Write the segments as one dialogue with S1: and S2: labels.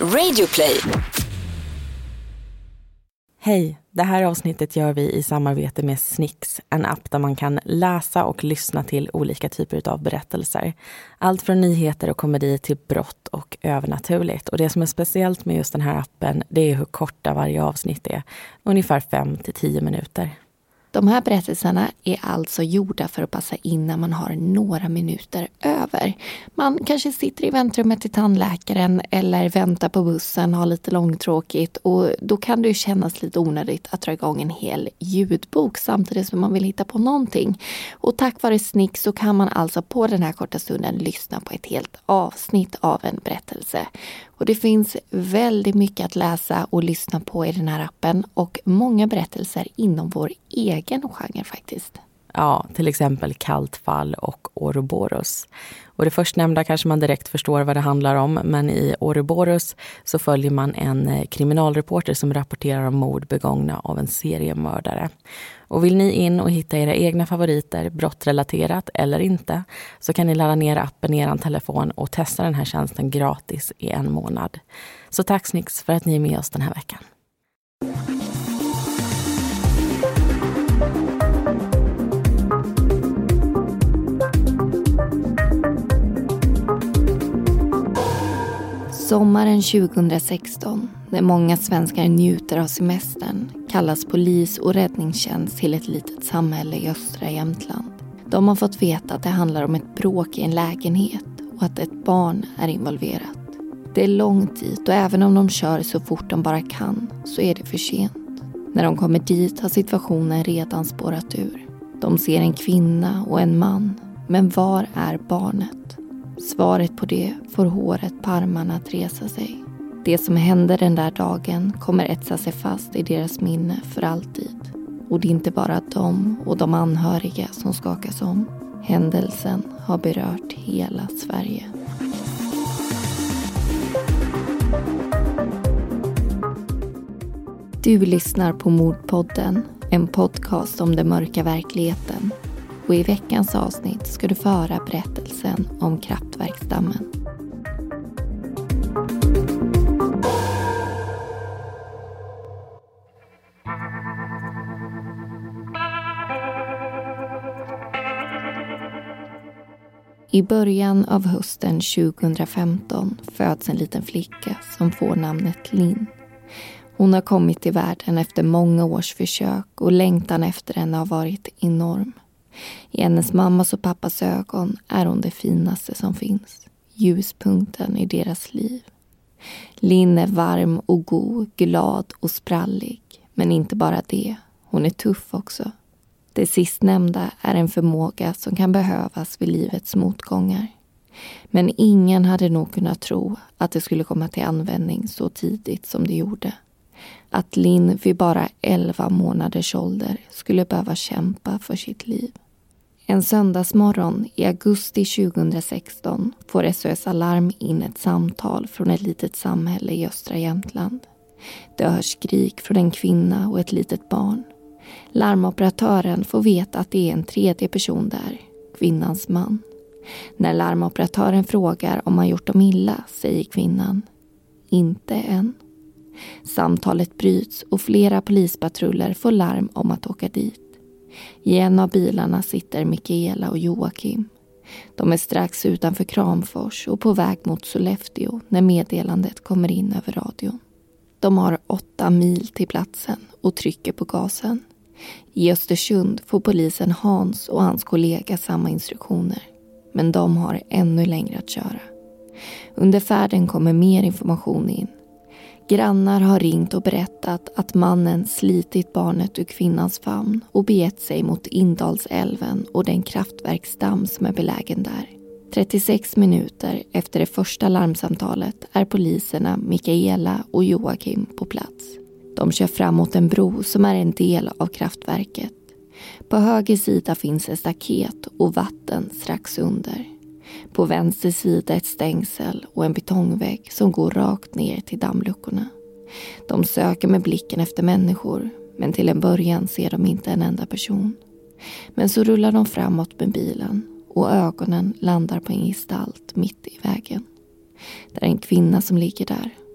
S1: Radioplay.
S2: Hej, det här avsnittet gör vi i samarbete med Snix, en app där man kan läsa och lyssna till olika typer av berättelser. Allt från nyheter och komedi till brott och övernaturligt. Och det som är speciellt med just den här appen, det är hur korta varje avsnitt är. Ungefär 5-10 minuter.
S3: De här berättelserna är alltså gjorda för att passa in när man har några minuter över. Man kanske sitter i väntrummet till tandläkaren eller väntar på bussen, har lite långtråkigt, och då kan det ju kännas lite onödigt att dra igång en hel ljudbok samtidigt som man vill hitta på någonting. Och tack vare Snix så kan man alltså på den här korta stunden lyssna på ett helt avsnitt av en berättelse. Och det finns väldigt mycket att läsa och lyssna på i den här appen, och många berättelser inom vår egen genre faktiskt.
S2: Ja, till exempel Kallt fall och Ouroboros. Och det förstnämnda kanske man direkt förstår vad det handlar om, men i Ouroboros så följer man en kriminalreporter som rapporterar om mord begångna av en seriemördare. Och vill ni in och hitta era egna favoriter, brottrelaterat eller inte, så kan ni ladda ner appen i er telefon och testa den här tjänsten gratis i 1 månad. Så tack Snix för att ni är med oss den här veckan.
S3: Sommaren 2016, när många svenskar njuter av semestern, kallas polis och räddningstjänst till ett litet samhälle i östra Jämtland. De har fått veta att det handlar om ett bråk i en lägenhet och att ett barn är involverat. Det är långt dit, och även om de kör så fort de bara kan så är det för sent. När de kommer dit har situationen redan spårat ur. De ser en kvinna och en man, men var är barnet? Svaret på det får håret på armarna att resa sig. Det som hände den där dagen kommer etsa sig fast i deras minne för alltid. Och det är inte bara de och de anhöriga som skakas om. Händelsen har berört hela Sverige. Du lyssnar på Mordpodden, en podcast om den mörka verkligheten. Och i veckans avsnitt ska du få höra berättelsen om kraftverksdammen. I början av hösten 2015 föds en liten flicka som får namnet Linn. Hon har kommit till världen efter många års försök, och längtan efter henne har varit enorm. I hennes mammas och pappas ögon är hon det finaste som finns. Ljuspunkten i deras liv. Linn är varm och god, glad och sprallig. Men inte bara det, hon är tuff också. Det sistnämnda är en förmåga som kan behövas vid livets motgångar. Men ingen hade nog kunnat tro att det skulle komma till användning så tidigt som det gjorde. Att Linn vid bara 11 månaders ålder skulle behöva kämpa för sitt liv. En söndagsmorgon i augusti 2016 får SOS Alarm in ett samtal från ett litet samhälle i östra Jämtland. Det hörs skrik från en kvinna och ett litet barn. Larmoperatören får veta att det är en tredje person där, kvinnans man. När larmoperatören frågar om han gjort dem illa, säger kvinnan: inte än. Samtalet bryts och flera polispatruller får larm om att åka dit. I en av bilarna sitter Mikaela och Joakim. De är strax utanför Kramfors och på väg mot Sollefteå när meddelandet kommer in över radion. De har 8 mil till platsen och trycker på gasen. I Östersund får polisen Hans och hans kollega samma instruktioner. Men de har ännu längre att köra. Under färden kommer mer information in. Grannar har ringt och berättat att mannen slitit barnet ur kvinnans famn och begett sig mot Indalsälven och den kraftverksdamm som är belägen där. 36 minuter efter det första larmsamtalet är poliserna Mikaela och Joakim på plats. De kör fram mot en bro som är en del av kraftverket. På höger sida finns ett staket och vatten strax under. På vänster sida ett stängsel och en betongvägg som går rakt ner till dammluckorna. De söker med blicken efter människor, men till en början ser de inte en enda person. Men så rullar de framåt med bilen och ögonen landar på en gestalt mitt i vägen. Det är en kvinna som ligger där.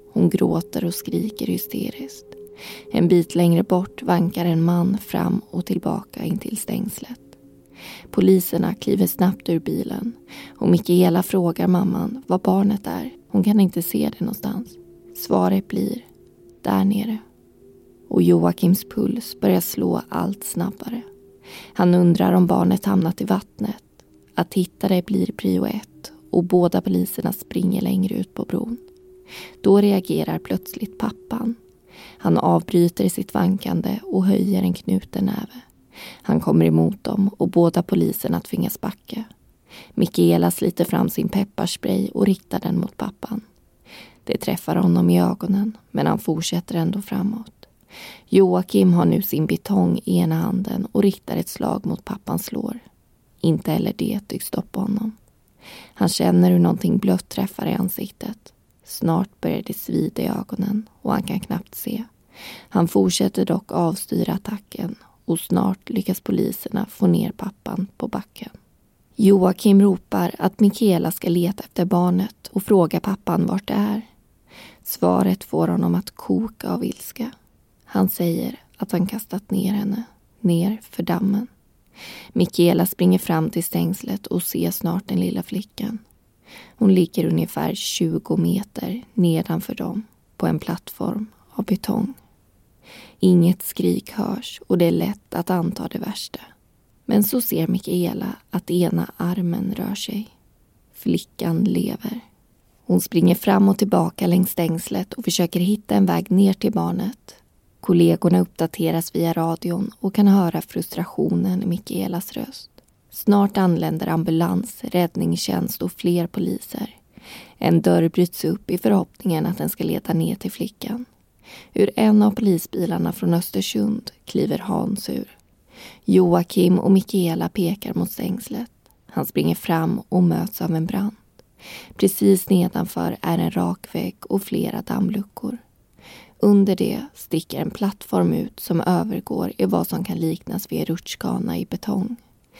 S3: Hon gråter och skriker hysteriskt. En bit längre bort vankar en man fram och tillbaka in till stängslet. Poliserna kliver snabbt ur bilen och Mikaela frågar mamman vad barnet är. Hon kan inte se det någonstans. Svaret blir där nere. Och Joakims puls börjar slå allt snabbare. Han undrar om barnet hamnat i vattnet. Att hitta det blir prio 1 och båda poliserna springer längre ut på bron. Då reagerar plötsligt pappan. Han avbryter sitt vankande och höjer en knuten näve. Han kommer emot dem och båda poliserna tvingas backa. Mikaela sliter fram sin pepparspray och riktar den mot pappan. Det träffar honom i ögonen, men han fortsätter ändå framåt. Joakim har nu sin betong i ena handen och riktar ett slag mot pappans lår. Inte heller det tycks stoppa honom. Han känner hur någonting blött träffar i ansiktet. Snart börjar det svida i ögonen och han kan knappt se. Han fortsätter dock avstyra attacken och snart lyckas poliserna få ner pappan på backen. Joakim ropar att Mikaela ska leta efter barnet och frågar pappan vart det är. Svaret får honom att koka av ilska. Han säger att han kastat ner henne, ner för dammen. Mikaela springer fram till stängslet och ser snart den lilla flickan. Hon ligger ungefär 20 meter nedanför dem på en plattform av betong. Inget skrik hörs och det är lätt att anta det värsta. Men så ser Mikaela att ena armen rör sig. Flickan lever. Hon springer fram och tillbaka längs stängslet och försöker hitta en väg ner till barnet. Kollegorna uppdateras via radion och kan höra frustrationen i Mikaelas röst. Snart anländer ambulans, räddningstjänst och fler poliser. En dörr bryts upp i förhoppningen att den ska leda ner till flickan. Ur en av polisbilarna från Östersund kliver Hans ur. Joakim och Mikaela pekar mot stängslet. Han springer fram och möts av en brand. Precis nedanför är en rak vägg och flera dammluckor. Under det sticker en plattform ut som övergår i vad som kan liknas vid en rutschkana i betong.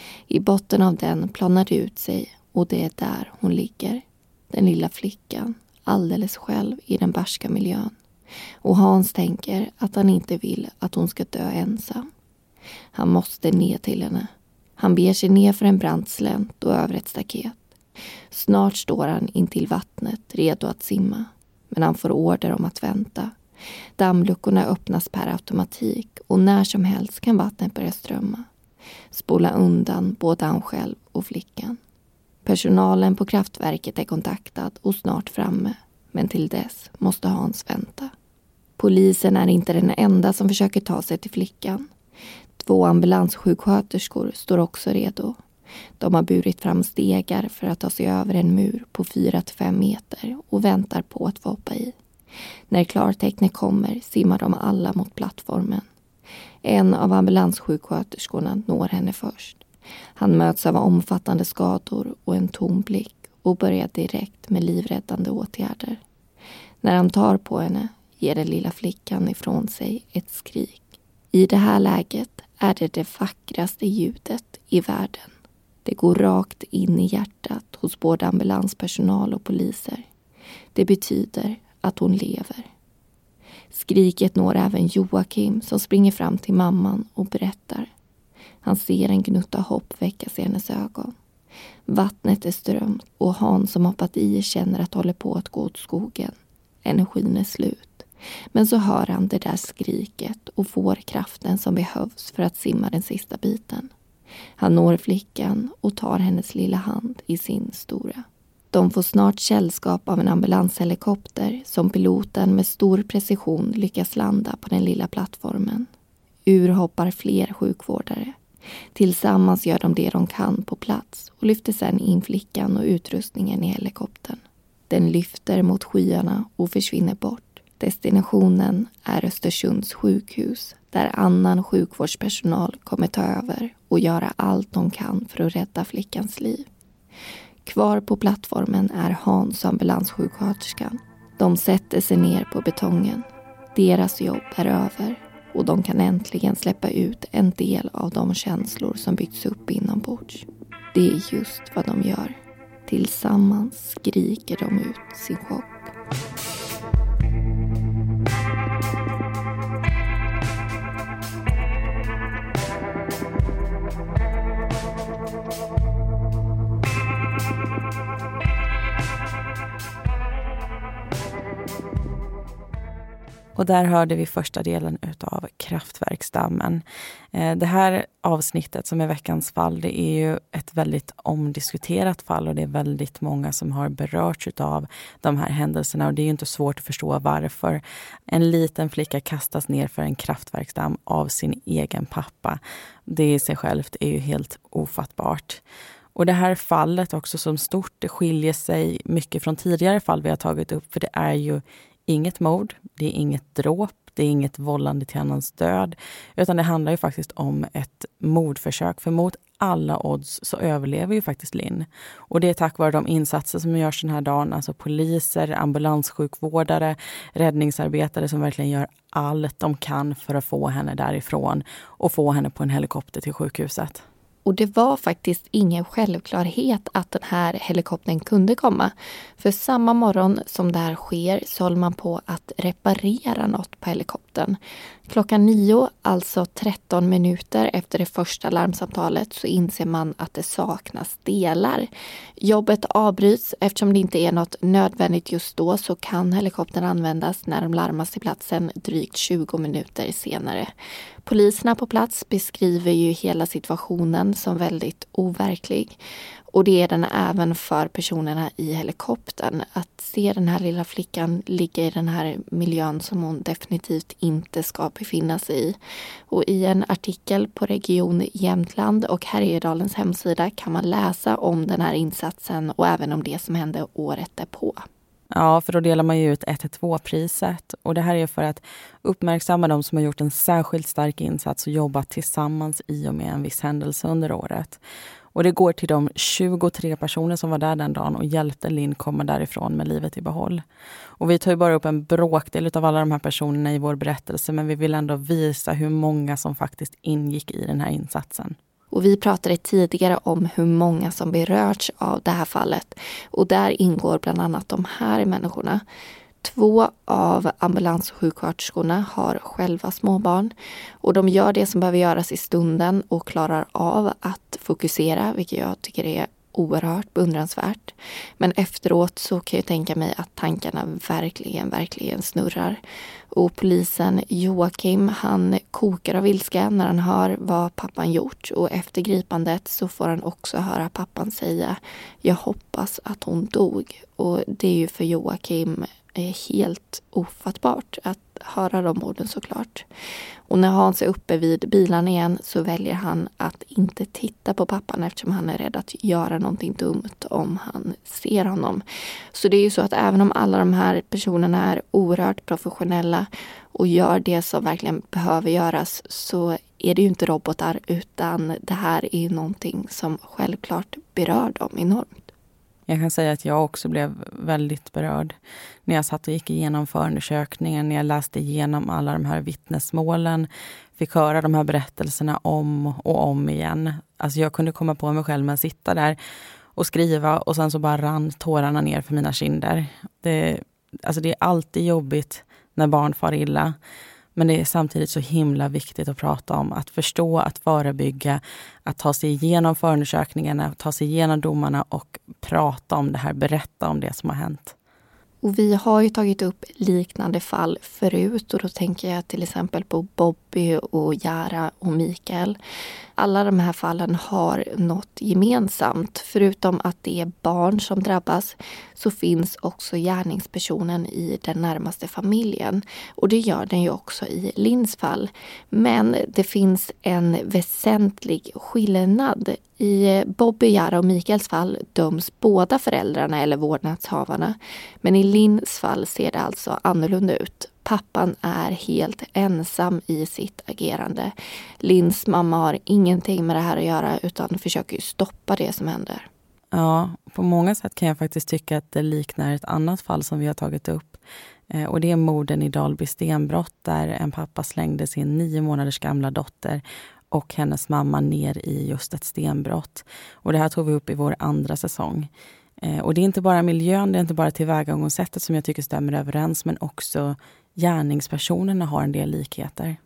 S3: I botten av den planar det ut sig och det är där hon ligger. Den lilla flickan, alldeles själv i den barska miljön. Och Hans tänker att han inte vill att hon ska dö ensam. Han måste ner till henne. Han beger sig ner för en brant slänt och över ett staket. Snart står han in till vattnet, redo att simma. Men han får order om att vänta. Dammluckorna öppnas per automatik och när som helst kan vattnet börja strömma. Spola undan både han själv och flickan. Personalen på kraftverket är kontaktad och snart framme. Men till dess måste Hans vänta. Polisen är inte den enda som försöker ta sig till flickan. 2 ambulanssjuksköterskor står också redo. De har burit fram stegar för att ta sig över en mur på 4-5 meter och väntar på att få hoppa i. När klartecknet kommer simmar de alla mot plattformen. En av ambulanssjuksköterskorna når henne först. Han möts av omfattande skador och en tom blick och börjar direkt med livräddande åtgärder. När han tar på henne ger den lilla flickan ifrån sig ett skrik. I det här läget är det vackraste ljudet i världen. Det går rakt in i hjärtat hos både ambulanspersonal och poliser. Det betyder att hon lever. Skriket når även Joakim som springer fram till mamman och berättar. Han ser en gnutta hopp väckas i hennes ögon. Vattnet är strömt och Hans som hoppat i känner att håller på att gå åt skogen. Energin är slut. Men så hör han det där skriket och får kraften som behövs för att simma den sista biten. Han når flickan och tar hennes lilla hand i sin stora. De får snart sällskap av en ambulanshelikopter som piloten med stor precision lyckas landa på den lilla plattformen. Ur hoppar fler sjukvårdare. Tillsammans gör de det de kan på plats och lyfter sedan in flickan och utrustningen i helikoptern. Den lyfter mot skyarna och försvinner bort. Destinationen är Östersunds sjukhus där annan sjukvårdspersonal kommer ta över och göra allt de kan för att rädda flickans liv. Kvar på plattformen är Hans och ambulanssjuksköterskan. De sätter sig ner på betongen. Deras jobb är över och de kan äntligen släppa ut en del av de känslor som byggts upp inombords. Det är just vad de gör. Tillsammans skriker de ut sin chock.
S2: Och där hörde vi första delen utav Kraftwerksdammen. Det här avsnittet som är veckans fall, det är ju ett väldigt omdiskuterat fall och det är väldigt många som har berörts utav de här händelserna och det är ju inte svårt att förstå varför. En liten flicka kastas ner för en kraftverksdamm av sin egen pappa. Det i sig självt är ju helt ofattbart. Och det här fallet också som stort, det skiljer sig mycket från tidigare fall vi har tagit upp, för det är ju inget mord, det är inget dråp, det är inget vållande till annans död, utan det handlar ju faktiskt om ett mordförsök. För mot alla odds så överlever ju faktiskt Linn. Och det är tack vare de insatser som görs den här dagen, alltså poliser, ambulanssjukvårdare, räddningsarbetare som verkligen gör allt de kan för att få henne därifrån och få henne på en helikopter till sjukhuset.
S3: Och det var faktiskt ingen självklarhet att den här helikoptern kunde komma. För samma morgon som det här sker så håller man på att reparera något på helikoptern. Klockan 9, alltså 13 minuter efter det första larmsamtalet, så inser man att det saknas delar. Jobbet avbryts eftersom det inte är något nödvändigt just då, så kan helikoptern användas när de larmas till platsen drygt 20 minuter senare. Poliserna på plats beskriver ju hela situationen som väldigt overklig. Och det är den även för personerna i helikoptern. Att se den här lilla flickan ligga i den här miljön som hon definitivt inte ska befinna sig i. Och i en artikel på Region Jämtland och Härjedalens hemsida kan man läsa om den här insatsen och även om det som hände året därpå.
S2: Ja, för då delar man ju ut 112-priset. Och det här är för att uppmärksamma de som har gjort en särskilt stark insats och jobbat tillsammans i och med en viss händelse under året. Och det går till de 23 personer som var där den dagen och hjälpte Linn komma därifrån med livet i behåll. Och vi tar ju bara upp en bråkdel av alla de här personerna i vår berättelse, men vi vill ändå visa hur många som faktiskt ingick i den här insatsen.
S3: Och vi pratade tidigare om hur många som berörts av det här fallet. Och där ingår bland annat de här människorna. 2 av ambulanssjuksköterskorna har själva småbarn. Och de gör det som behöver göras i stunden och klarar av att fokusera, vilket jag tycker är oerhört beundransvärt. Men efteråt så kan jag tänka mig att tankarna verkligen snurrar. Och polisen Joakim, han kokar av ilska när han hör vad pappan gjort. Och efter gripandet så får han också höra pappan säga: jag hoppas att hon dog. Och det är ju för Joakim helt ofattbart att höra de orden såklart. Och när Hans är uppe vid bilen igen så väljer han att inte titta på pappan eftersom han är rädd att göra någonting dumt om han ser honom. Så det är ju så att även om alla de här personerna är oerhört professionella och gör det som verkligen behöver göras, så är det ju inte robotar, utan det här är ju någonting som självklart berör dem enormt.
S2: Jag kan säga att jag också blev väldigt berörd när jag satt och gick igenom förundersökningen, när jag läste igenom alla de här vittnesmålen, fick höra de här berättelserna om och om igen. Alltså jag kunde komma på mig själv med att sitta där och skriva och sen så bara rann tårarna ner för mina kinder. Det är alltid jobbigt när barn far illa. Men det är samtidigt så himla viktigt att prata om, att förstå, att förebygga, att ta sig igenom förundersökningarna, ta sig igenom domarna och prata om det här, berätta om det som har hänt.
S3: Och vi har ju tagit upp liknande fall förut, och då tänker jag till exempel på Bobby och Jara och Mikael. Alla de här fallen har något gemensamt. Förutom att det är barn som drabbas så finns också gärningspersonen i den närmaste familjen. Och det gör den ju också i Linns fall. Men det finns en väsentlig skillnad. I Bobby, Jara och Mikaels fall döms båda föräldrarna eller vårdnadshavarna. Men i Linns fall ser det alltså annorlunda ut. Pappan är helt ensam i sitt agerande. Linns mamma har ingenting med det här att göra utan försöker stoppa det som händer.
S2: Ja, på många sätt kan jag faktiskt tycka att det liknar ett annat fall som vi har tagit upp. Och det är morden i Dalby stenbrott där en pappa slängde sin 9 månaders gamla dotter och hennes mamma ner i just ett stenbrott. Och det här tog vi upp i vår andra säsong. Och det är inte bara miljön, det är inte bara tillvägagångssättet som jag tycker stämmer överens, men också gärningspersonerna har en del likheter.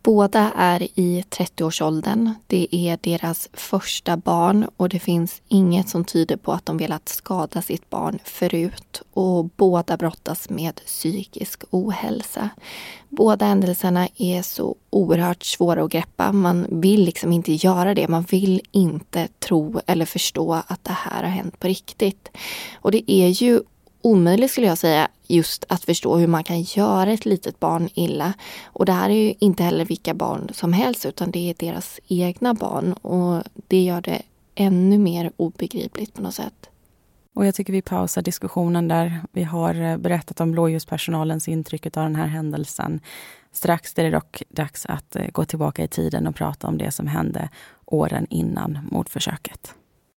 S3: Båda är i 30-årsåldern. Det är deras första barn och det finns inget som tyder på att de velat skada sitt barn förut. Och båda brottas med psykisk ohälsa. Båda händelserna är så oerhört svåra att greppa. Man vill liksom inte göra det. Man vill inte tro eller förstå att det här har hänt på riktigt. Och det är ju omöjligt, skulle jag säga, just att förstå hur man kan göra ett litet barn illa. Och det här är ju inte heller vilka barn som helst, utan det är deras egna barn. Och det gör det ännu mer obegripligt på något sätt.
S2: Och jag tycker vi pausar diskussionen där. Vi har berättat om blåljuspersonalens intryck av den här händelsen. Strax är det dock dags att gå tillbaka i tiden och prata om det som hände åren innan mordförsöket.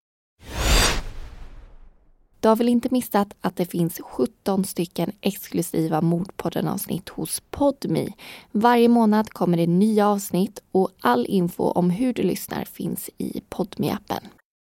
S3: Du har väl inte missat att det finns 17 stycken exklusiva Mordpodden-avsnitt hos Podme. Varje månad kommer det nya avsnitt och all info om hur du lyssnar finns i Podme-appen.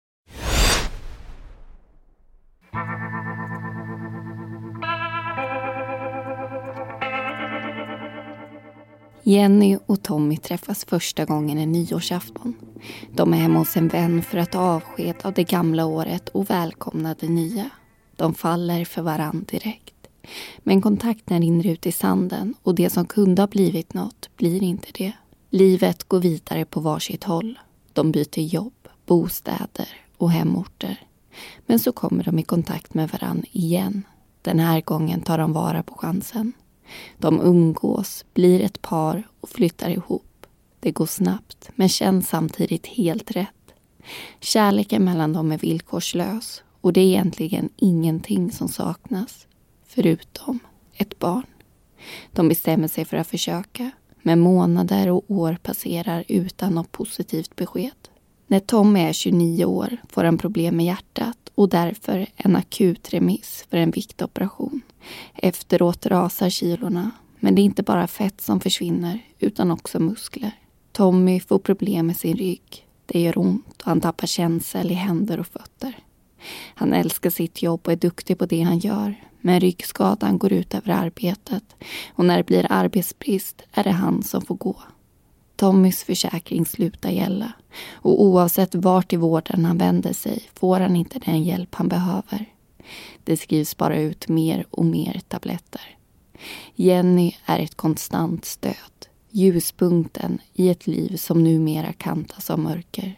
S3: Jenny och Tommy träffas första gången en nyårsafton. De är hemma hos en vän för att ta avsked av det gamla året och välkomna det nya. De faller för varann direkt. Men kontakten rinner ut i sanden och det som kunde ha blivit något blir inte det. Livet går vidare på varsitt håll. De byter jobb, bostäder och hemorter. Men så kommer de i kontakt med varann igen. Den här gången tar de vara på chansen. De umgås, blir ett par och flyttar ihop. Det går snabbt men känns samtidigt helt rätt. Kärleken mellan dem är villkorslös och det är egentligen ingenting som saknas. Förutom ett barn. De bestämmer sig för att försöka. Men månader och år passerar utan något positivt besked. När Tom är 29 år får han problem med hjärtat och därför en akut remiss för en viktoperation. Efteråt rasar kilorna, men det är inte bara fett som försvinner utan också muskler. Tommy får problem med sin rygg. Det gör ont och han tappar känsel i händer och fötter. Han älskar sitt jobb och är duktig på det han gör, men ryggskadan går ut över arbetet och när det blir arbetsbrist är det han som får gå. Tommys försäkring slutar gälla och oavsett vart i vården han vänder sig får han inte den hjälp han behöver. Det skrivs bara ut mer och mer tabletter. Jenny är ett konstant stöd, ljuspunkten i ett liv som numera kantas av mörker.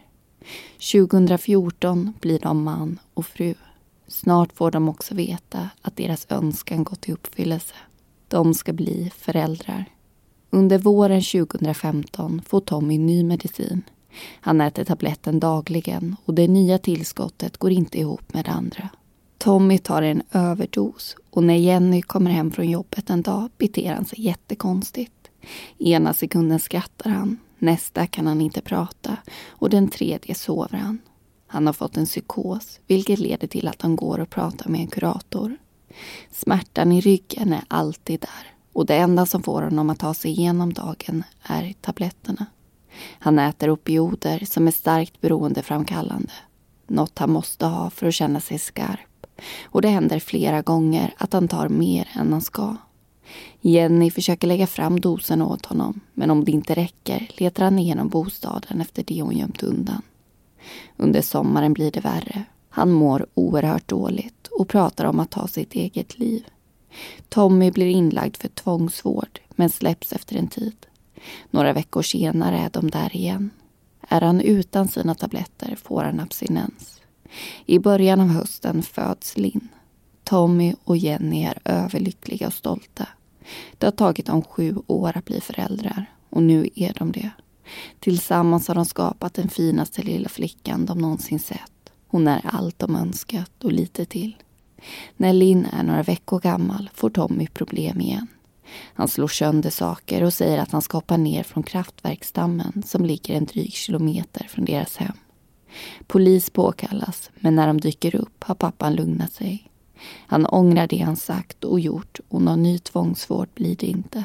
S3: 2014 blir de man och fru. Snart får de också veta att deras önskan gått i uppfyllelse. De ska bli föräldrar. Under våren 2015 får Tommy ny medicin. Han äter tabletten dagligen och det nya tillskottet går inte ihop med det andra. Tommy tar en överdos och när Jenny kommer hem från jobbet en dag beter han sig jättekonstigt. Ena sekunden skrattar han, nästa kan han inte prata och den tredje sover han. Han har fått en psykos vilket leder till att han går och pratar med en kurator. Smärtan i ryggen är alltid där. Och det enda som får honom att ta sig igenom dagen är tabletterna. Han äter opioider som är starkt beroendeframkallande. Något han måste ha för att känna sig skarp. Och det händer flera gånger att han tar mer än han ska. Jenny försöker lägga fram dosen åt honom. Men om det inte räcker letar han igenom bostaden efter det hon gömt undan. Under sommaren blir det värre. Han mår oerhört dåligt och pratar om att ta sitt eget liv. Tommy blir inlagd för tvångsvård men släpps efter en tid. Några veckor senare är de där igen. Är han utan sina tabletter får han abstinens. I början av hösten föds Linn. Tommy och Jenny är överlyckliga och stolta. Det har tagit dem 7 år att bli föräldrar och nu är de det. Tillsammans har de skapat den finaste lilla flickan de någonsin sett. Hon är allt de önskat och lite till. När Linn är några veckor gammal får Tommy problem igen. Han slår sönder saker och säger att han ska hoppa ner från kraftverksdammen som ligger en dryg kilometer från deras hem. Polis påkallas men när de dyker upp har pappan lugnat sig. Han ångrar det han sagt och gjort och någon ny tvångsvård blir det inte.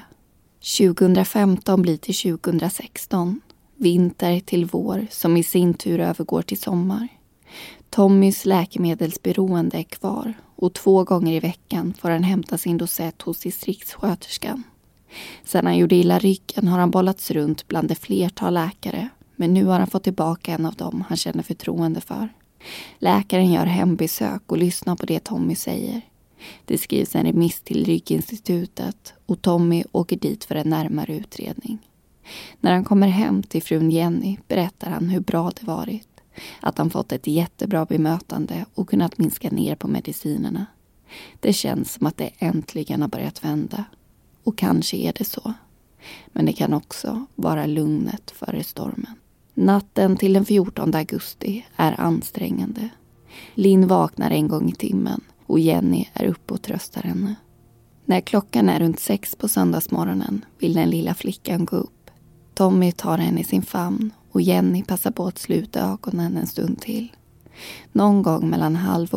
S3: 2015 blir till 2016. Vinter till vår som i sin tur övergår till sommar. Tommys läkemedelsberoende är kvar och 2 gånger i veckan får han hämta sin dosett hos distriktssköterskan. Sedan han gjorde illa ryggen har han bollats runt bland ett flertal läkare, men nu har han fått tillbaka en av dem han känner förtroende för. Läkaren gör hembesök och lyssnar på det Tommy säger. Det skrivs en remiss till Rygginstitutet och Tommy åker dit för en närmare utredning. När han kommer hem till frun Jenny berättar han hur bra det varit. Att han fått ett jättebra bemötande och kunnat minska ner på medicinerna. Det känns som att det äntligen har börjat vända. Och kanske är det så. Men det kan också vara lugnet före stormen. Natten till den 14 augusti är ansträngande. Linn vaknar en gång i timmen och Jenny är uppe och tröstar henne. När klockan är runt 6 på söndagsmorgonen vill den lilla flickan gå upp. Tommy tar henne i sin famn och Jenny passar på att sluta ögonen en stund till. Någon gång mellan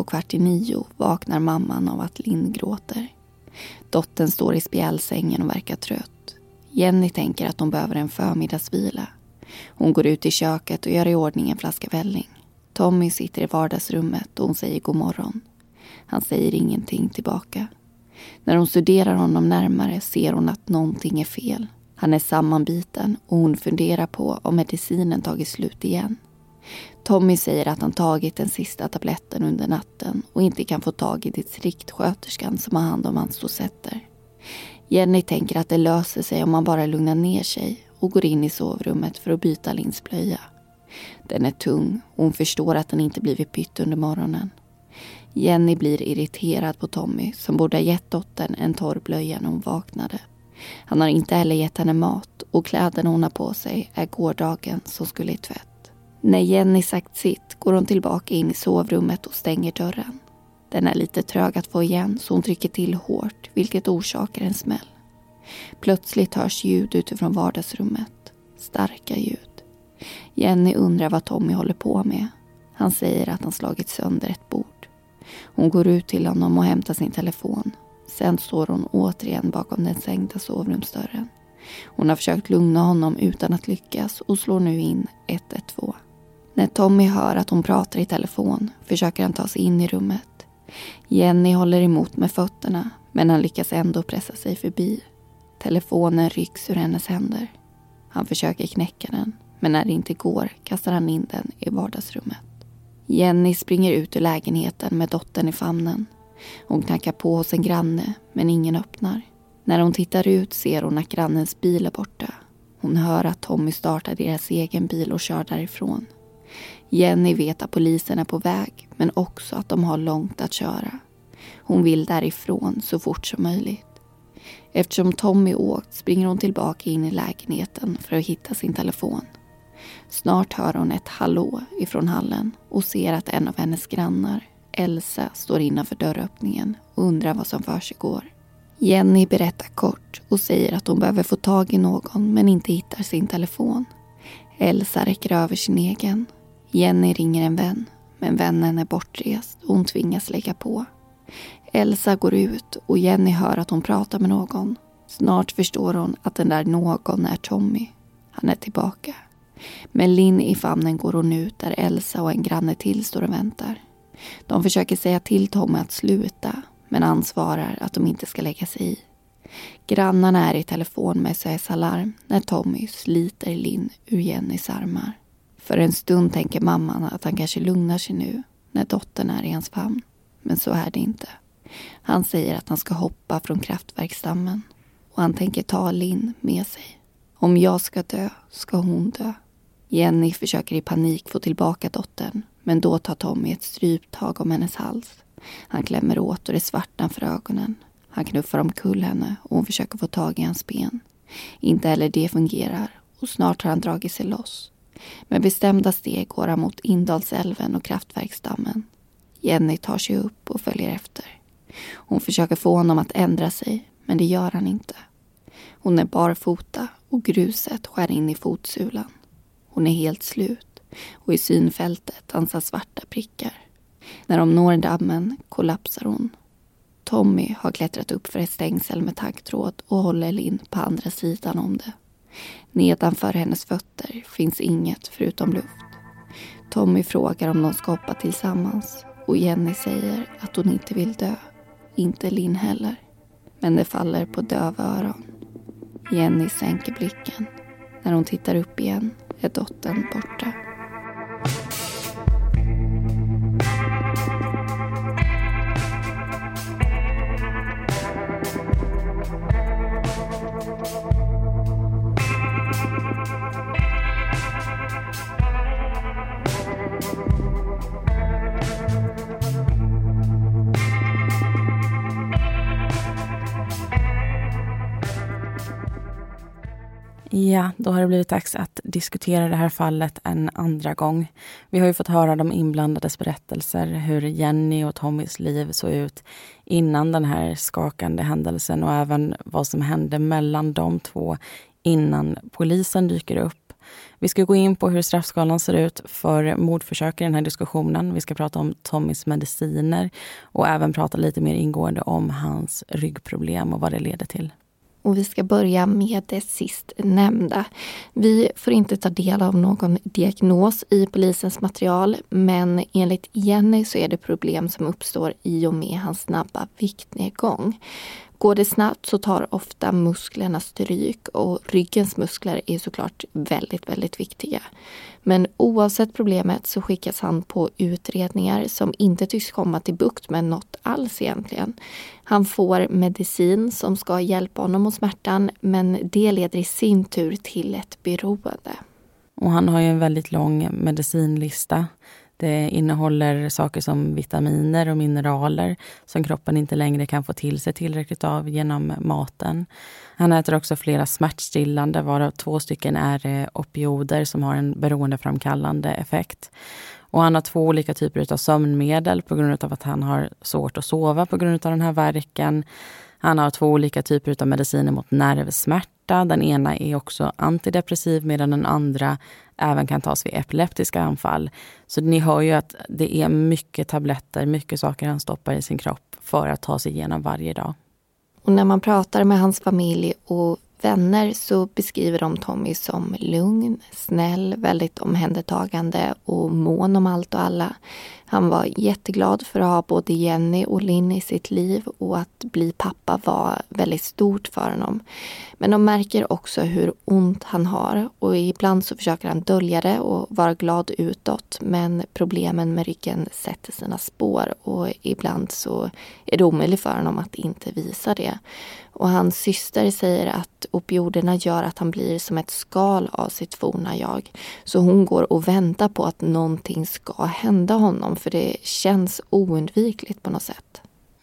S3: 8:30 vaknar mamman av att Linn gråter. Dottern står i spjälsängen och verkar trött. Jenny tänker att hon behöver en förmiddagsvila. Hon går ut i köket och gör i ordning en flaska välling. Tommy sitter i vardagsrummet och hon säger god morgon. Han säger ingenting tillbaka. När hon studerar honom närmare ser hon att någonting är fel. Han är sammanbiten och hon funderar på om medicinen tagit slut igen. Tommy säger att han tagit den sista tabletten under natten och inte kan få tag i distriktsköterskan som har hand om hans dosetter. Jenny tänker att det löser sig om man bara lugnar ner sig och går in i sovrummet för att byta Linns blöja. Den är tung och hon förstår att den inte blivit pytt under morgonen. Jenny blir irriterad på Tommy som borde ha gett dottern en torr blöja när hon vaknade. Han har inte heller gett henne mat och kläderna hon har på sig är gårdagen som skulle i tvätt. När Jenny sagt sitt går hon tillbaka in i sovrummet och stänger dörren. Den är lite trög att få igen så hon trycker till hårt vilket orsakar en smäll. Plötsligt hörs ljud utifrån vardagsrummet. Starka ljud. Jenny undrar vad Tommy håller på med. Han säger att han slagit sönder ett bord. Hon går ut till honom och hämtar sin telefon. Sen står hon återigen bakom den stängda sovrumsdörren. Hon har försökt lugna honom utan att lyckas och slår nu in 112. När Tommy hör att hon pratar i telefon försöker han ta sig in i rummet. Jenny håller emot med fötterna men han lyckas ändå pressa sig förbi. Telefonen rycks ur hennes händer. Han försöker knäcka den men när det inte går kastar han in den i vardagsrummet. Jenny springer ut ur lägenheten med dottern i famnen. Hon knackar på hos en granne men ingen öppnar. När hon tittar ut ser hon att grannens bil är borta. Hon hör att Tommy startar deras egen bil och kör därifrån. Jenny vet att polisen är på väg men också att de har långt att köra. Hon vill därifrån så fort som möjligt. Eftersom Tommy åkt springer hon tillbaka in i lägenheten för att hitta sin telefon. Snart hör hon ett hallå ifrån hallen och ser att en av hennes grannar, Elsa, står innanför dörröppningen och undrar vad som försiggår. Jenny berättar kort och säger att hon behöver få tag i någon men inte hittar sin telefon. Elsa räcker över sin egen. Jenny ringer en vän men vännen är bortrest och hon tvingas lägga på. Elsa går ut och Jenny hör att hon pratar med någon. Snart förstår hon att den där någon är Tommy. Han är tillbaka. Med Linn i famnen går hon ut där Elsa och en granne till står och väntar. De försöker säga till Tommy att sluta men han svarar att de inte ska lägga sig i. Grannarna är i telefon med SOS-alarm när Tommy sliter Linn ur Jennys armar. För en stund tänker mamman att han kanske lugnar sig nu när dottern är i hans famn. Men så är det inte. Han säger att han ska hoppa från kraftverksdammen och han tänker ta Linn med sig. Om jag ska dö ska hon dö. Jenny försöker i panik få tillbaka dottern men då tar Tommy ett stryptag om hennes hals. Han klämmer åt och det svartnar för ögonen. Han knuffar omkull henne och hon försöker få tag i hans ben. Inte heller det fungerar och snart har han dragit sig loss. Med bestämda steg går han mot Indalsälven och kraftverksdammen. Jenny tar sig upp och följer efter. Hon försöker få honom att ändra sig men det gör han inte. Hon är barfota och gruset skär in i fotsulan. Hon är helt slut och i synfältet dansar svarta prickar. När de når dammen kollapsar hon. Tommy har klättrat upp för ett stängsel med taggtråd och håller Linn på andra sidan om det. Nedanför hennes fötter finns inget förutom luft. Tommy frågar om de ska hoppa tillsammans och Jenny säger att hon inte vill dö. Inte Linn heller. Men det faller på döva öron. Jenny sänker blicken. När hon tittar upp igen är dottern borta.
S2: Ja, då har det blivit dags att diskutera det här fallet en andra gång. Vi har ju fått höra de inblandades berättelser, hur Jenny och Tommys liv såg ut innan den här skakande händelsen och även vad som hände mellan de två innan polisen dyker upp. Vi ska gå in på hur straffskalan ser ut för mordförsök i den här diskussionen. Vi ska prata om Tommys mediciner och även prata lite mer ingående om hans ryggproblem och vad det leder till.
S3: Och vi ska börja med det sist nämnda. Vi får inte ta del av någon diagnos i polisens material, men enligt Jenny så är det problem som uppstår i och med hans snabba viktnedgång. Går det snabbt så tar ofta musklerna stryk och ryggens muskler är såklart väldigt, väldigt viktiga. Men oavsett problemet så skickas han på utredningar som inte tycks komma till bukt med något alls egentligen. Han får medicin som ska hjälpa honom mot smärtan, men det leder i sin tur till ett beroende.
S2: Och han har ju en väldigt lång medicinlista. Det innehåller saker som vitaminer och mineraler som kroppen inte längre kan få till sig tillräckligt av genom maten. Han äter också flera smärtstillande, varav 2 stycken är opioider som har en beroendeframkallande effekt. Och han har 2 olika typer av sömnmedel på grund av att han har svårt att sova på grund av den här värken. Han har 2 olika typer av mediciner mot nervsmärta. Den ena är också antidepressiv medan den andra även kan tas vid epileptiska anfall. Så ni hör ju att det är mycket tabletter, mycket saker han stoppar i sin kropp för att ta sig igenom varje dag.
S3: Och när man pratar med hans familj och vänner så beskriver de Tommy som lugn, snäll, väldigt omhändertagande och mån om allt och alla. Han var jätteglad för att ha både Jenny och Linn i sitt liv och att bli pappa var väldigt stort för honom. Men de märker också hur ont han har och ibland så försöker han dölja det och vara glad utåt, men problemen med ryggen sätter sina spår och ibland så är det omöjligt för honom att inte visa det. Och hans syster säger att opioiderna gör att han blir som ett skal av sitt forna jag. Så hon går och väntar på att någonting ska hända honom, för det känns oundvikligt på något sätt.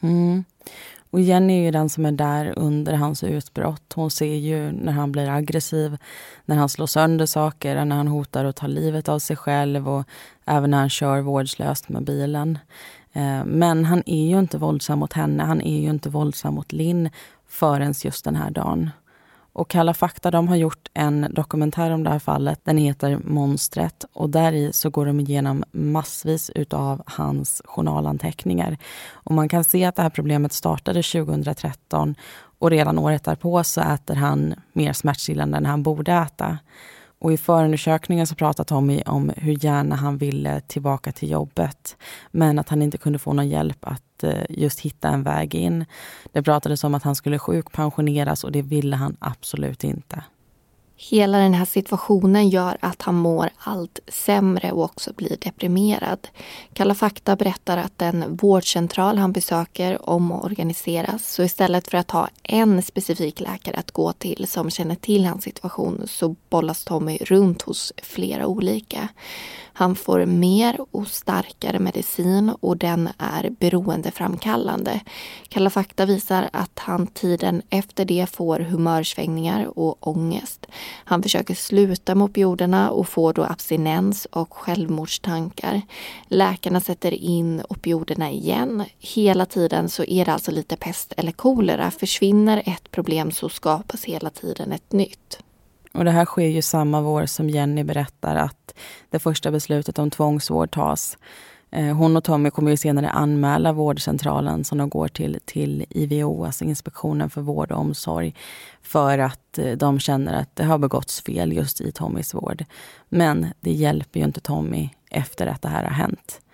S2: Och Jenny är ju den som är där under hans utbrott. Hon ser ju när han blir aggressiv, när han slår sönder saker, när han hotar att ta livet av sig själv och även när han kör vårdslöst med bilen. Men han är ju inte våldsam mot henne, han är ju inte våldsam mot Linn förrän just den här dagen. Och Kalla fakta, de har gjort en dokumentär om det här fallet. Den heter Monstret och där i så går de igenom massvis utav hans journalanteckningar. Och man kan se att det här problemet startade 2013 och redan året därpå så äter han mer smärtstillande än han borde äta. Och i förundersökningen så pratade Tommy om hur gärna han ville tillbaka till jobbet. Men att han inte kunde få någon hjälp att just hitta en väg in. Det pratades om att han skulle sjukpensioneras och det ville han absolut inte.
S3: Hela den här situationen gör att han mår allt sämre och också blir deprimerad. Kalla fakta berättar att den vårdcentral han besöker omorganiseras. Så istället för att ha en specifik läkare att gå till som känner till hans situation så bollas Tommy runt hos flera olika. Han får mer och starkare medicin och den är beroendeframkallande. Kalla fakta visar att han tiden efter det får humörsvängningar och ångest. Han försöker sluta med opioiderna och får då abstinens och självmordstankar. Läkarna sätter in opioiderna igen. Hela tiden så är det alltså lite pest eller kolera. Försvinner ett problem så skapas hela tiden ett nytt.
S2: Och det här sker ju samma vår som Jenny berättar att det första beslutet om tvångsvård tas. Hon och Tommy kommer ju senare anmäla vårdcentralen som de går till IVO, alltså Inspektionen för vård och omsorg, för att de känner att det har begåtts fel just i Tommys vård. Men det hjälper ju inte Tommy efter att det här har hänt.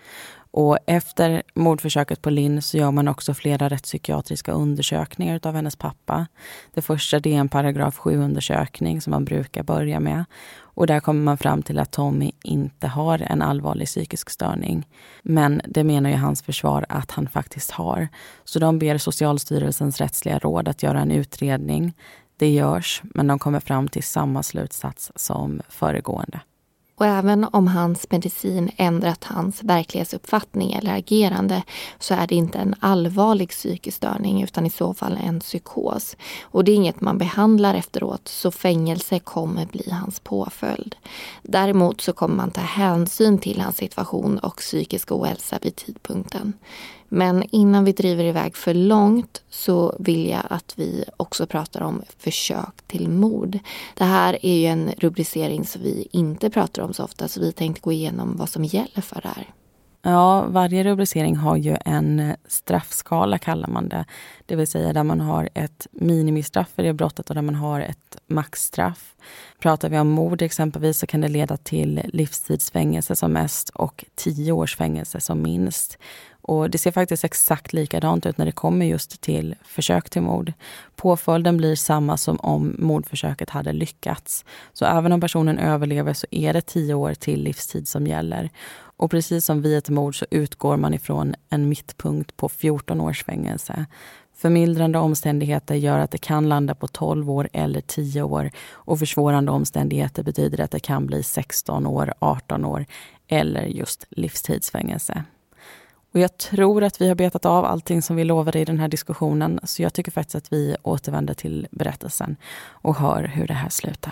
S2: Och efter mordförsöket på Linn så gör man också flera rättspsykiatriska undersökningar av hennes pappa. Det första det är en paragraf 7-undersökning som man brukar börja med. Och där kommer man fram till att Tommy inte har en allvarlig psykisk störning. Men det menar ju hans försvar att han faktiskt har. Så de ber Socialstyrelsens rättsliga råd att göra en utredning. Det görs, men de kommer fram till samma slutsats som föregående.
S3: Och även om hans medicin ändrat hans verklighetsuppfattning eller agerande så är det inte en allvarlig psykisk störning utan i så fall en psykos. Och det är inget man behandlar efteråt, så fängelse kommer bli hans påföljd. Däremot så kommer man ta hänsyn till hans situation och psykisk ohälsa vid tidpunkten. Men innan vi driver iväg för långt så vill jag att vi också pratar om försök till mord. Det här är ju en rubricering som vi inte pratar om så ofta, så vi tänkte gå igenom vad som gäller för det här.
S2: Ja, varje rubricering har ju en straffskala kallar man det. Det vill säga där man har ett minimistraff för det brottet och där man har ett maxstraff. Pratar vi om mord exempelvis så kan det leda till livstidsfängelse som mest och 10 års fängelse som minst. Och det ser faktiskt exakt likadant ut när det kommer just till försök till mord. Påföljden blir samma som om mordförsöket hade lyckats. Så även om personen överlever så är det 10 år till livstid som gäller. Och precis som vid ett mord så utgår man ifrån en mittpunkt på 14 års fängelse. Förmildrande omständigheter gör att det kan landa på 12 år eller 10 år. Och försvårande omständigheter betyder att det kan bli 16 år, 18 år eller just livstidsfängelse. Och jag tror att vi har betat av allting som vi lovade i den här diskussionen. Så jag tycker faktiskt att vi återvänder till berättelsen och hör hur det här slutar.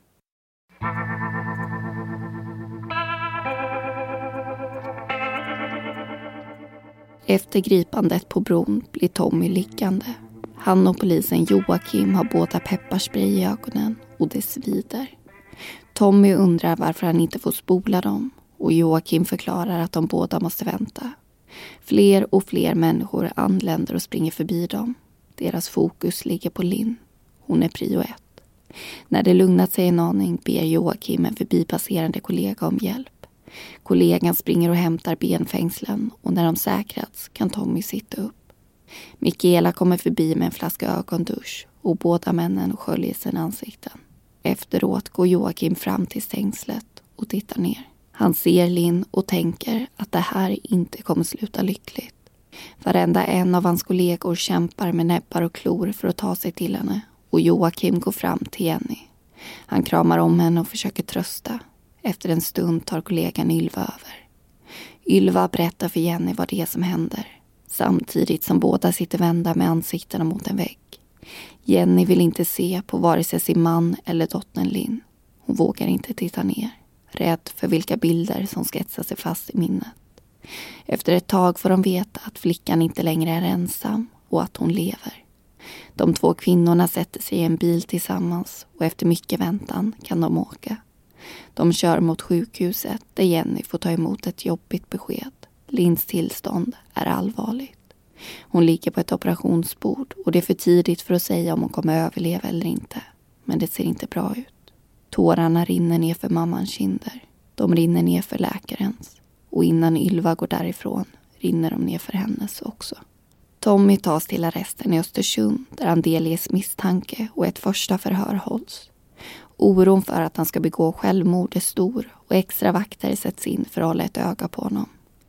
S3: Efter gripandet på bron blir Tommy liggande. Han och polisen Joakim har båda pepparspray i ögonen och det svider. Tommy undrar varför han inte får spola dem och Joakim förklarar att de båda måste vänta. Fler och fler människor anländer och springer förbi dem. Deras fokus ligger på Linn. Hon är prio 1. När det lugnat sig en aning ber Joakim en förbipasserande kollega om hjälp. Kollegan springer och hämtar benfängslen och när de säkrats kan Tommy sitta upp. Mikaela kommer förbi med en flaska ögondusch och båda männen sköljer sina ansikten. Efteråt går Joakim fram till stängslet och tittar ner. Han ser Linn och tänker att det här inte kommer sluta lyckligt. Varenda en av hans kollegor kämpar med näbbar och klor för att ta sig till henne och Joakim går fram till Jenny. Han kramar om henne och försöker trösta. Efter en stund tar kollegan Ylva över. Ylva berättar för Jenny vad det är som händer. Samtidigt som båda sitter vända med ansiktena mot en vägg. Jenny vill inte se på vare sig sin man eller dottern Linn. Hon vågar inte titta ner. Rädd för vilka bilder som ska etsa sig fast i minnet. Efter ett tag får de veta att flickan inte längre är ensam och att hon lever. De 2 kvinnorna sätter sig i en bil tillsammans och efter mycket väntan kan de åka. De kör mot sjukhuset där Jenny får ta emot ett jobbigt besked. Linns tillstånd är allvarligt. Hon ligger på ett operationsbord och det är för tidigt för att säga om hon kommer överleva eller inte. Men det ser inte bra ut. Tårarna rinner ner för mammans kinder. De rinner ner för läkarens. Och innan Ylva går därifrån rinner de ner för hennes också. Tommy tas till arresten i Östersund där han delges misstanke och ett första förhör hålls. Oron för att han ska begå självmord är stor och extra vakter sätts in för att hålla ett öga på honom.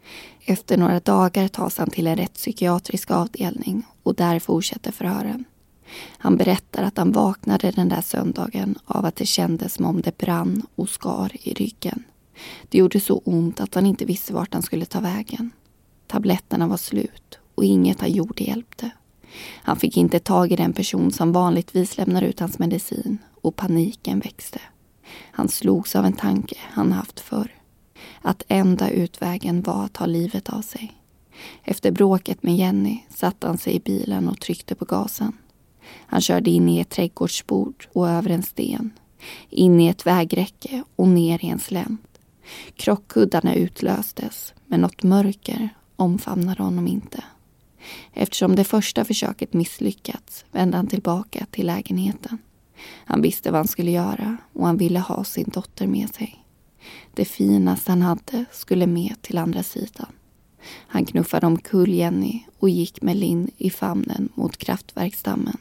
S3: Efter några dagar tas han till en rättspsykiatrisk avdelning och där fortsätter förhören. Han berättar att han vaknade den där söndagen av att det kändes som om det brann och skar i ryggen. Det gjorde så ont att han inte visste vart han skulle ta vägen. Tabletterna var slut och inget han gjorde hjälpte. Han fick inte tag i den person som vanligtvis lämnar ut hans medicin och paniken växte. Han slogs av en tanke han haft förr. Att enda utvägen var att ta livet av sig. Efter bråket med Jenny satte han sig i bilen och tryckte på gasen. Han körde in i ett trädgårdsbord och över en sten. In i ett vägräcke och ner i en slänt. Krockkuddarna utlöstes men något mörker omfamnade honom inte. Eftersom det första försöket misslyckats vände han tillbaka till lägenheten. Han visste vad han skulle göra och han ville ha sin dotter med sig. Det finaste han hade skulle med till andra sidan. Han knuffade omkull Jenny och gick med Linn i famnen mot kraftverksdammen.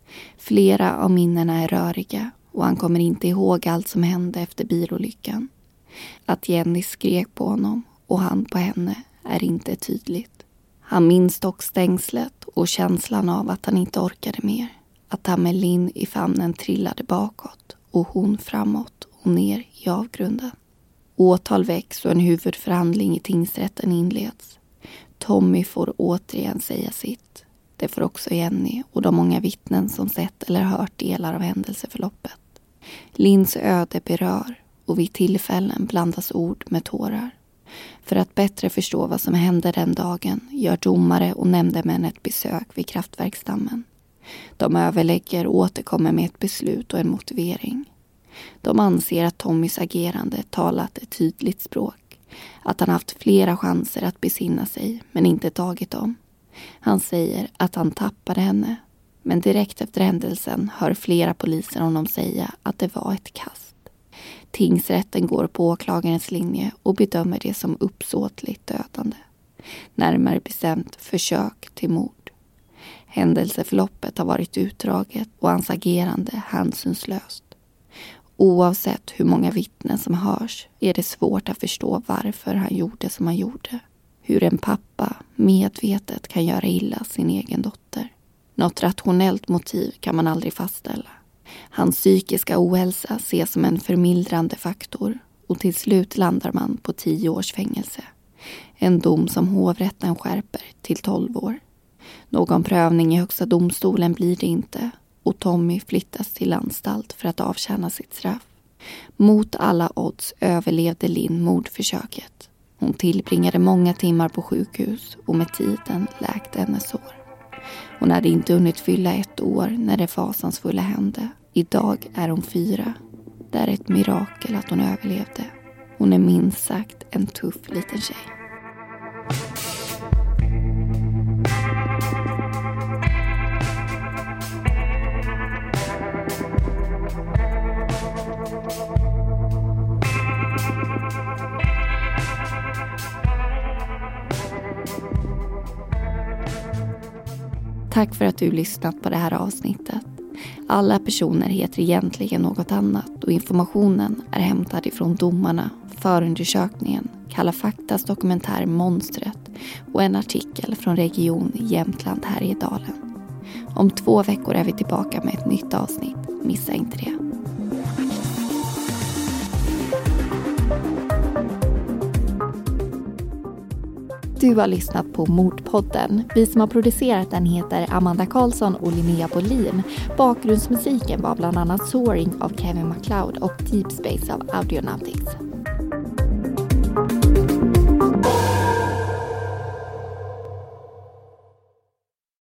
S3: Flera av minnena är röriga och han kommer inte ihåg allt som hände efter bilolyckan. Att Jenny skrek på honom och han på henne är inte tydligt. Han minns dock stängslet och känslan av att han inte orkade mer. Att han med Linn i famnen trillade bakåt och hon framåt och ner i avgrunden. Åtal väcks och en huvudförhandling i tingsrätten inleds. Tommy får återigen säga sitt. Det får också Jenny och de många vittnen som sett eller hört delar av händelseförloppet. Linns öde berör och vid tillfällen blandas ord med tårar. För att bättre förstå vad som hände den dagen gör domare och nämndemän ett besök vid kraftverksdammen. De överlägger och återkommer med ett beslut och en motivering. De anser att Tommys agerande talat ett tydligt språk. Att han haft flera chanser att besinna sig men inte tagit dem. Han säger att han tappade henne. Men direkt efter händelsen hör flera poliser honom säga att det var ett kast. Tingsrätten går på åklagarens linje och bedömer det som uppsåtligt dödande. Närmare bestämt försök till mord. Händelseförloppet har varit utdraget och hans agerande hänsynslöst. Oavsett hur många vittnen som hörs är det svårt att förstå varför han gjorde som han gjorde. Hur en pappa medvetet kan göra illa sin egen dotter. Något rationellt motiv kan man aldrig fastställa. Hans psykiska ohälsa ses som en förmildrande faktor och till slut landar man på 10 års fängelse. En dom som hovrätten skärper till 12 år. Någon prövning i högsta domstolen blir det inte och Tommy flyttas till anstalt för att avtjäna sitt straff. Mot alla odds överlevde Linn mordförsöket. Hon tillbringade många timmar på sjukhus och med tiden läkte hennes sår. Hon hade inte hunnit fylla 1 år när det fasansfulla hände. Idag är hon 4. Det är ett mirakel att hon överlevde. Hon är minst sagt en tuff liten tjej. Tack för att du lyssnat på det här avsnittet. Alla personer heter egentligen något annat och informationen är hämtad ifrån domarna, förundersökningen, Kalla faktas dokumentär Monstret och en artikel från Region Jämtland Härjedalen. Om 2 veckor är vi tillbaka med ett nytt avsnitt. Missa inte det. Du har lyssnat på Mordpodden. Vi som har producerat den heter Amanda Karlsson och Linnea Bolin. Bakgrundsmusiken var bland annat Soaring av Kevin MacLeod och Deep Space av Audionautics.